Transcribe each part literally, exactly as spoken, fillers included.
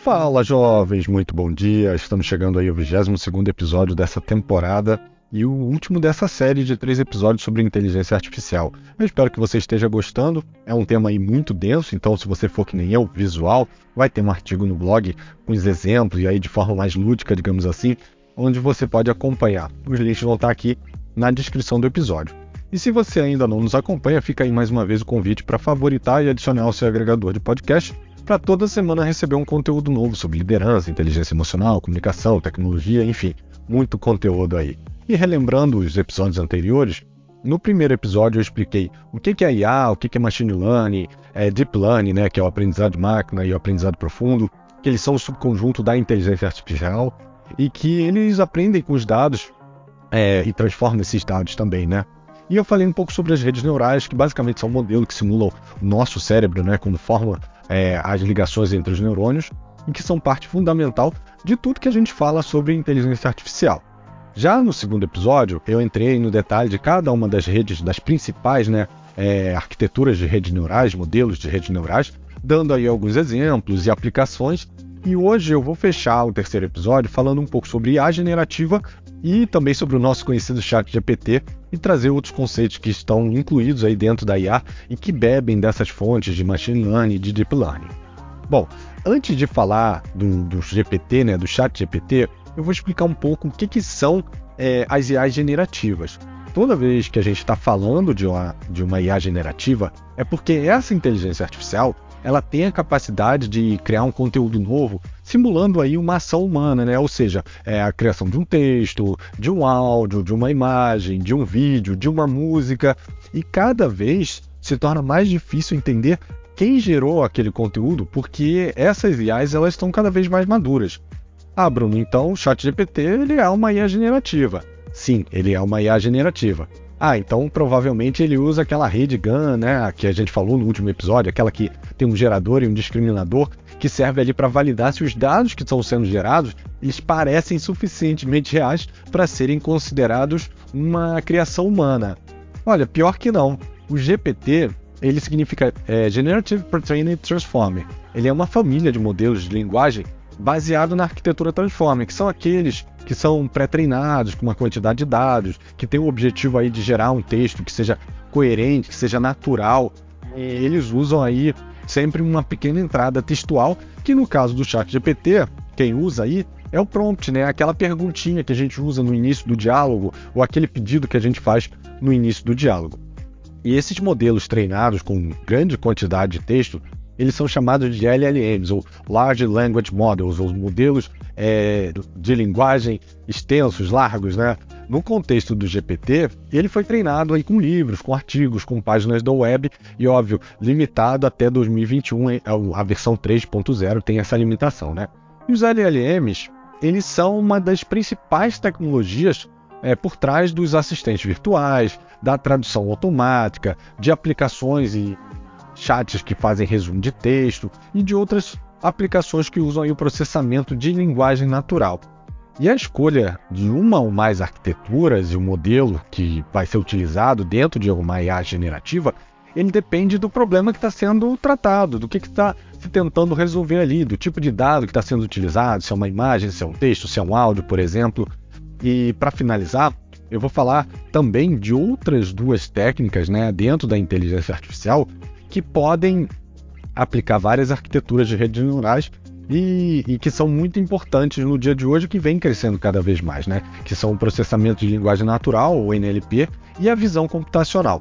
Fala, jovens, muito bom dia. Estamos chegando aí ao vigésimo segundo episódio dessa temporada e o último dessa série de três episódios sobre inteligência artificial. Eu espero que você esteja gostando. É um tema aí muito denso, então se você for que nem eu, visual, vai ter um artigo no blog com os exemplos e aí de forma mais lúdica, digamos assim, onde você pode acompanhar. Os links vão estar aqui na descrição do episódio. E se você ainda não nos acompanha, fica aí mais uma vez o convite para favoritar e adicionar ao seu agregador de podcast para toda semana receber um conteúdo novo sobre liderança, inteligência emocional, comunicação, tecnologia, enfim, muito conteúdo aí. E relembrando os episódios anteriores, no primeiro episódio eu expliquei o que é I A, o que é Machine Learning, é Deep Learning, né, que é o aprendizado de máquina e o aprendizado profundo, que eles são um subconjunto da inteligência artificial e que eles aprendem com os dados é, e transformam esses dados também, né? E eu falei um pouco sobre as redes neurais, que basicamente são modelos que simulam o nosso cérebro, né, quando forma é, as ligações entre os neurônios, e que são parte fundamental de tudo que a gente fala sobre inteligência artificial. Já no segundo episódio, eu entrei no detalhe de cada uma das redes, das principais né, é, arquiteturas de redes neurais, modelos de redes neurais, dando aí alguns exemplos e aplicações. E hoje eu vou fechar o terceiro episódio falando um pouco sobre I A generativa e também sobre o nosso conhecido ChatGPT e trazer outros conceitos que estão incluídos aí dentro da I A e que bebem dessas fontes de Machine Learning e de Deep Learning. Bom, antes de falar do, do G P T, né, do ChatGPT, eu vou explicar um pouco o que, que são é, as I As generativas. Toda vez que a gente está falando de uma, de uma I A generativa, é porque essa inteligência artificial ela tem a capacidade de criar um conteúdo novo, simulando aí uma ação humana, né? Ou seja, é a criação de um texto, de um áudio, de uma imagem, de um vídeo, de uma música, e cada vez se torna mais difícil entender quem gerou aquele conteúdo, porque essas I As elas estão cada vez mais maduras. Ah, Bruno, então o ChatGPT ele é uma I A generativa. Sim, ele é uma I A generativa. Ah, então provavelmente ele usa aquela rede GAN, né, que a gente falou no último episódio, aquela que tem um gerador e um discriminador, que serve ali para validar se os dados que estão sendo gerados eles parecem suficientemente reais para serem considerados uma criação humana. Olha, pior que não. O G P T, ele significa é, Generative Pre-trained Transformer. Ele é uma família de modelos de linguagem baseado na arquitetura Transformer, que são aqueles que são pré-treinados com uma quantidade de dados, que tem o objetivo aí de gerar um texto que seja coerente, que seja natural. E eles usam aí sempre uma pequena entrada textual, que no caso do ChatGPT, quem usa aí é o prompt, né? Aquela perguntinha que a gente usa no início do diálogo, ou aquele pedido que a gente faz no início do diálogo. E esses modelos treinados com grande quantidade de texto, eles são chamados de L L Ms, ou Large Language Models, ou modelos é, de linguagem extensos, largos, né? No contexto do G P T, ele foi treinado aí com livros, com artigos, com páginas da web e, óbvio, limitado até dois mil e vinte e um, a versão três ponto zero tem essa limitação, né? E os L L Ms, eles são uma das principais tecnologias é, por trás dos assistentes virtuais, da tradução automática, de aplicações e chats que fazem resumo de texto e de outras aplicações que usam aí o processamento de linguagem natural. E a escolha de uma ou mais arquiteturas e o modelo que vai ser utilizado dentro de uma I A generativa, ele depende do problema que está sendo tratado, do que está se tentando resolver ali, do tipo de dado que está sendo utilizado, se é uma imagem, se é um texto, se é um áudio, por exemplo. E para finalizar, eu vou falar também de outras duas técnicas, né, dentro da inteligência artificial que podem aplicar várias arquiteturas de redes neurais e, e que são muito importantes no dia de hoje, que vem crescendo cada vez mais, né? Que são o processamento de linguagem natural, ou N L P, e a visão computacional.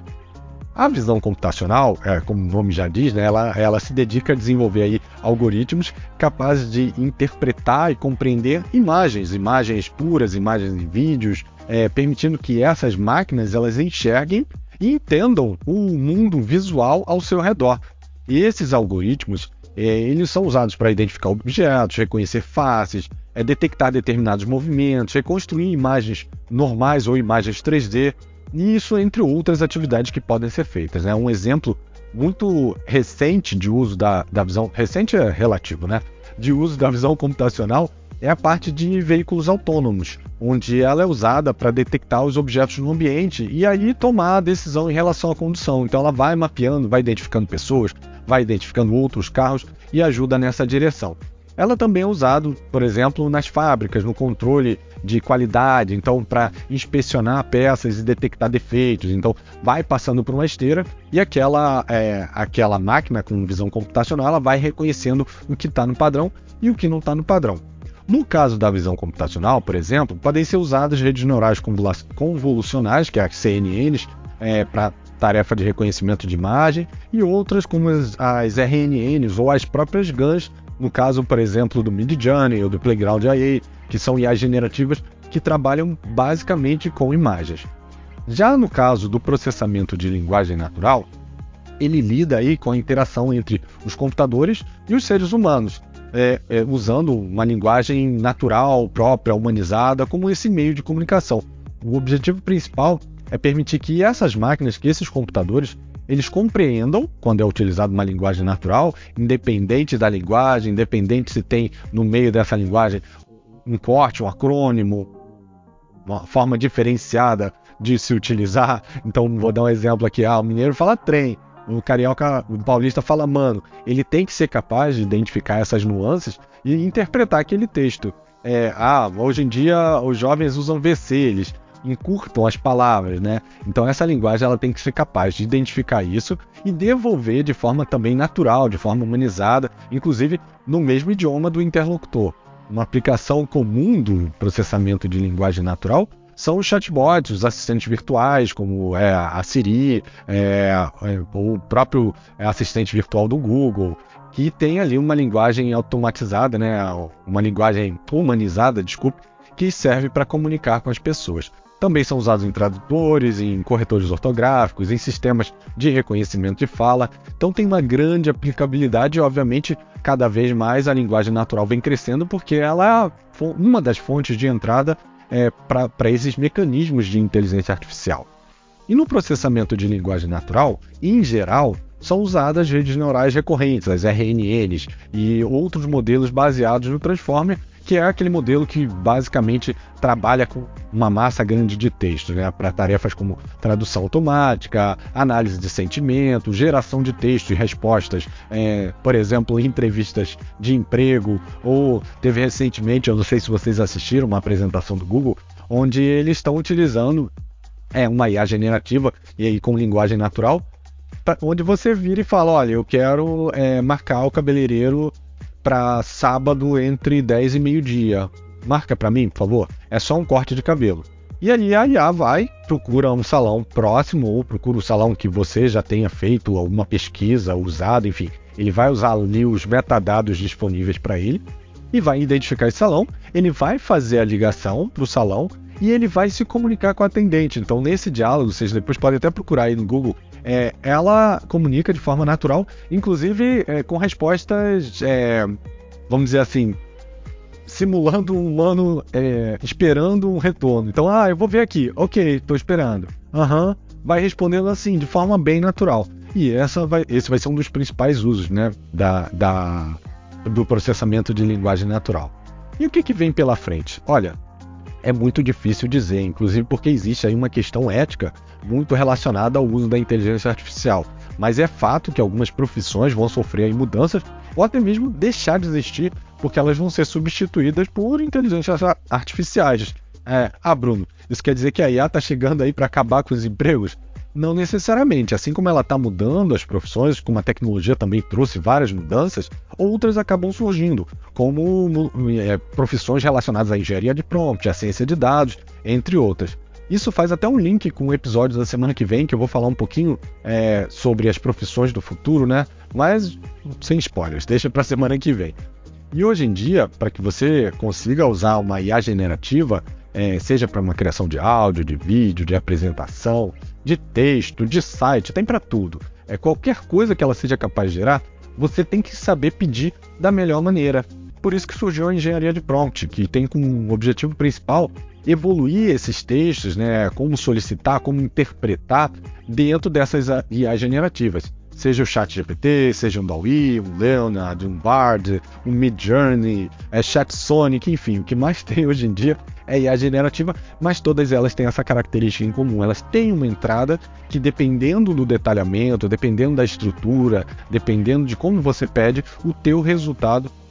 A visão computacional, é, como o nome já diz, né, ela, ela se dedica a desenvolver aí algoritmos capazes de interpretar e compreender imagens, imagens puras, imagens em vídeos, é, permitindo que essas máquinas elas enxerguem e entendam o mundo visual ao seu redor. E esses algoritmos, é, eles são usados para identificar objetos, reconhecer faces, é, detectar determinados movimentos, reconstruir imagens normais ou imagens três D, e isso entre outras atividades que podem ser feitas, né? Um exemplo muito recente de uso da, da visão, recente é relativo, né? De uso da visão computacional é a parte de veículos autônomos, onde ela é usada para detectar os objetos no ambiente e aí tomar a decisão em relação à condução. Então ela vai mapeando, vai identificando pessoas, vai identificando outros carros e ajuda nessa direção. ela também é usada, por exemplo, nas fábricas, no controle de qualidade, então para inspecionar peças e detectar defeitos. Então vai passando por uma esteira e aquela, é, aquela máquina com visão computacional ela vai reconhecendo o que está no padrão e o que não está no padrão. No caso da visão computacional, por exemplo, podem ser usadas redes neurais convolucionais, que é as C N Ns, é, para tarefa de reconhecimento de imagem, e outras como as, as R N Ns ou as próprias GANs, no caso, por exemplo, do Midjourney ou do Playground I A, que são I As generativas que trabalham basicamente com imagens. Já no caso do processamento de linguagem natural, ele lida aí com a interação entre os computadores e os seres humanos, é, é, usando uma linguagem natural, própria, humanizada, como esse meio de comunicação. O objetivo principal é permitir que essas máquinas, que esses computadores, eles compreendam, quando é utilizado uma linguagem natural, independente da linguagem, independente se tem no meio dessa linguagem um corte, um acrônimo, uma forma diferenciada de se utilizar. Então, vou dar um exemplo aqui. Ah, o mineiro fala trem, o carioca, o paulista fala mano. Ele tem que ser capaz de identificar essas nuances e interpretar aquele texto. É, ah, hoje em dia os jovens usam V C, eles encurtam as palavras, né? Então essa linguagem ela tem que ser capaz de identificar isso e devolver de forma também natural, de forma humanizada, inclusive no mesmo idioma do interlocutor. Uma aplicação comum do processamento de linguagem natural são os chatbots, os assistentes virtuais, como é a Siri, é, é, o próprio assistente virtual do Google, que tem ali uma linguagem automatizada, né? Uma linguagem humanizada, desculpe, que serve para comunicar com as pessoas. Também são usados em tradutores, em corretores ortográficos, em sistemas de reconhecimento de fala. Então tem uma grande aplicabilidade e, obviamente, cada vez mais a linguagem natural vem crescendo porque ela é uma das fontes de entrada é, para esses mecanismos de inteligência artificial. E no processamento de linguagem natural, em geral, são usadas redes neurais recorrentes, as R N Ns, e outros modelos baseados no Transformer, que é aquele modelo que basicamente trabalha com uma massa grande de texto, né, para tarefas como tradução automática, análise de sentimento, geração de texto e respostas, é, por exemplo, em entrevistas de emprego, ou teve recentemente, eu não sei se vocês assistiram, uma apresentação do Google, onde eles estão utilizando é, uma I A generativa, e aí com linguagem natural, pra, onde você vira e fala, olha, eu quero é, marcar o cabeleireiro para sábado entre dez e meio-dia. Marca para mim, por favor. É só um corte de cabelo. E ali a I A vai, procura um salão próximo ou procura o salão que você já tenha feito alguma pesquisa, usado, enfim. Ele vai usar ali os metadados disponíveis para ele e vai identificar esse salão. Ele vai fazer a ligação para o salão e ele vai se comunicar com a atendente. Então, nesse diálogo, vocês depois podem até procurar aí no Google, É, ela comunica de forma natural, inclusive é, com respostas, é, vamos dizer assim, simulando um humano é, esperando um retorno. Então, ah, eu vou ver aqui, ok, estou esperando. Aham, uhum. Vai respondendo assim, de forma bem natural. E essa vai, esse vai ser um dos principais usos, né, da, da, do processamento de linguagem natural. E o que, que vem pela frente? Olha, é muito difícil dizer, inclusive porque existe aí uma questão ética muito relacionada ao uso da inteligência artificial. Mas é fato que algumas profissões vão sofrer aí mudanças ou até mesmo deixar de existir porque elas vão ser substituídas por inteligências artificiais. É, ah, Bruno, isso quer dizer que a I A está chegando aí para acabar com os empregos? Não necessariamente. Assim como ela está mudando as profissões, como a tecnologia também trouxe várias mudanças, outras acabam surgindo, como é, profissões relacionadas à engenharia de prompt, à ciência de dados, entre outras. Isso faz até um link com o episódio da semana que vem, que eu vou falar um pouquinho é, sobre as profissões do futuro, né? Mas sem spoilers, deixa para a semana que vem. E hoje em dia, para que você consiga usar uma I A generativa, é, seja para uma criação de áudio, de vídeo, de apresentação, de texto, de site, tem para tudo. É, qualquer coisa que ela seja capaz de gerar, você tem que saber pedir da melhor maneira. Por isso que surgiu a engenharia de prompt, que tem como objetivo principal evoluir esses textos, né, como solicitar, como interpretar dentro dessas I As generativas. Seja o ChatGPT, seja um DALL-E, um Leonard, um Bard, um Midjourney, é ChatSonic, enfim, o que mais tem hoje em dia é I A generativa, mas todas elas têm essa característica em comum. Elas têm uma entrada que, dependendo do detalhamento, dependendo da estrutura, dependendo de como você pede, o teu resultado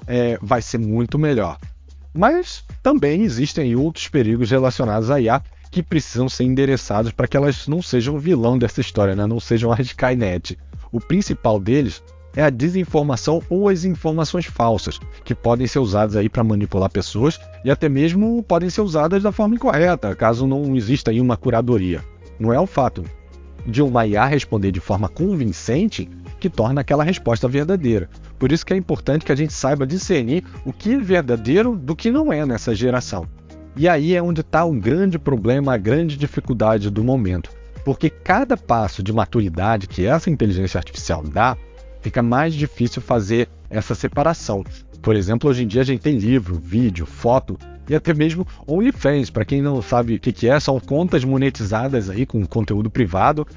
é, vai ser muito melhor. Mas também existem outros perigos relacionados à I A que precisam ser endereçados para que elas não sejam o vilão dessa história, né? Não sejam a Skynet. O principal deles é a desinformação ou as informações falsas, que podem ser usadas aí para manipular pessoas e até mesmo podem ser usadas da forma incorreta, caso não exista aí uma curadoria. Não é o fato de uma I A responder de forma convincente que torna aquela resposta verdadeira. Por isso que é importante que a gente saiba discernir o que é verdadeiro do que não é nessa geração. E aí é onde está um grande problema, a grande dificuldade do momento. Porque cada passo de maturidade que essa inteligência artificial dá, fica mais difícil fazer essa separação. Por exemplo, hoje em dia a gente tem livro, vídeo, foto e até mesmo OnlyFans. Para quem não sabe o que, que é, são contas monetizadas aí com conteúdo privado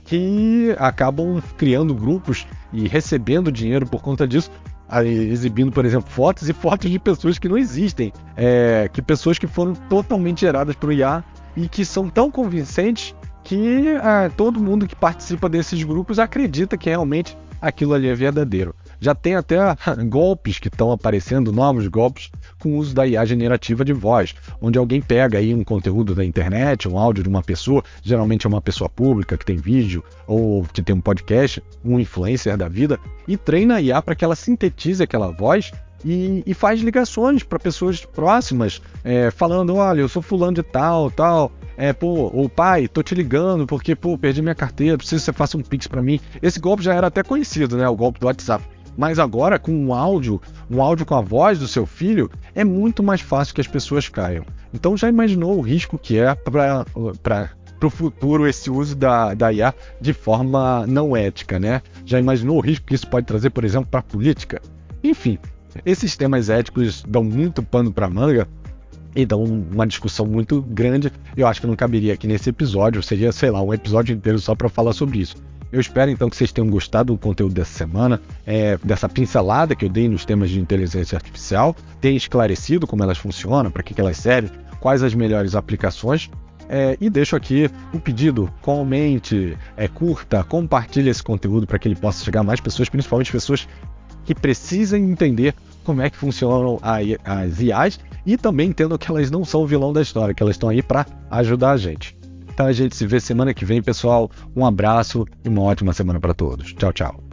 que acabam criando grupos e recebendo dinheiro por conta disso, exibindo, por exemplo, fotos e fotos de pessoas que não existem, é, que pessoas que foram totalmente geradas por I A e que são tão convincentes que é, todo mundo que participa desses grupos acredita que realmente aquilo ali é verdadeiro. Já tem até golpes que estão aparecendo, novos golpes, com o uso da I A generativa de voz, onde alguém pega aí um conteúdo da internet, um áudio de uma pessoa, geralmente é uma pessoa pública que tem vídeo ou que tem um podcast, um influencer da vida, e treina a I A para que ela sintetize aquela voz e, e faz ligações para pessoas próximas, é, falando, olha, eu sou fulano de tal, tal, é, pô, o pai, tô te ligando porque, pô, perdi minha carteira, preciso que você faça um pix para mim. Esse golpe já era até conhecido, né, o golpe do WhatsApp. Mas agora, com um áudio, um áudio com a voz do seu filho, é muito mais fácil que as pessoas caiam. Então já imaginou o risco que é para o futuro esse uso da, da I A de forma não ética, né? Já imaginou o risco que isso pode trazer, por exemplo, para a política? Enfim, esses temas éticos dão muito pano para manga e dão uma discussão muito grande. Eu acho que não caberia aqui nesse episódio, seria, sei lá, um episódio inteiro só para falar sobre isso. Eu espero então que vocês tenham gostado do conteúdo dessa semana, é, dessa pincelada que eu dei nos temas de inteligência artificial, tenha esclarecido como elas funcionam, para que, que elas servem, quais as melhores aplicações. É, e deixo aqui o pedido, comente, é, curta, compartilhe esse conteúdo para que ele possa chegar a mais pessoas, principalmente pessoas que precisem entender como é que funcionam as I As e também entendam que elas não são o vilão da história, que elas estão aí para ajudar a gente. Então a gente se vê semana que vem, pessoal. Um abraço e uma ótima semana para todos. Tchau, tchau.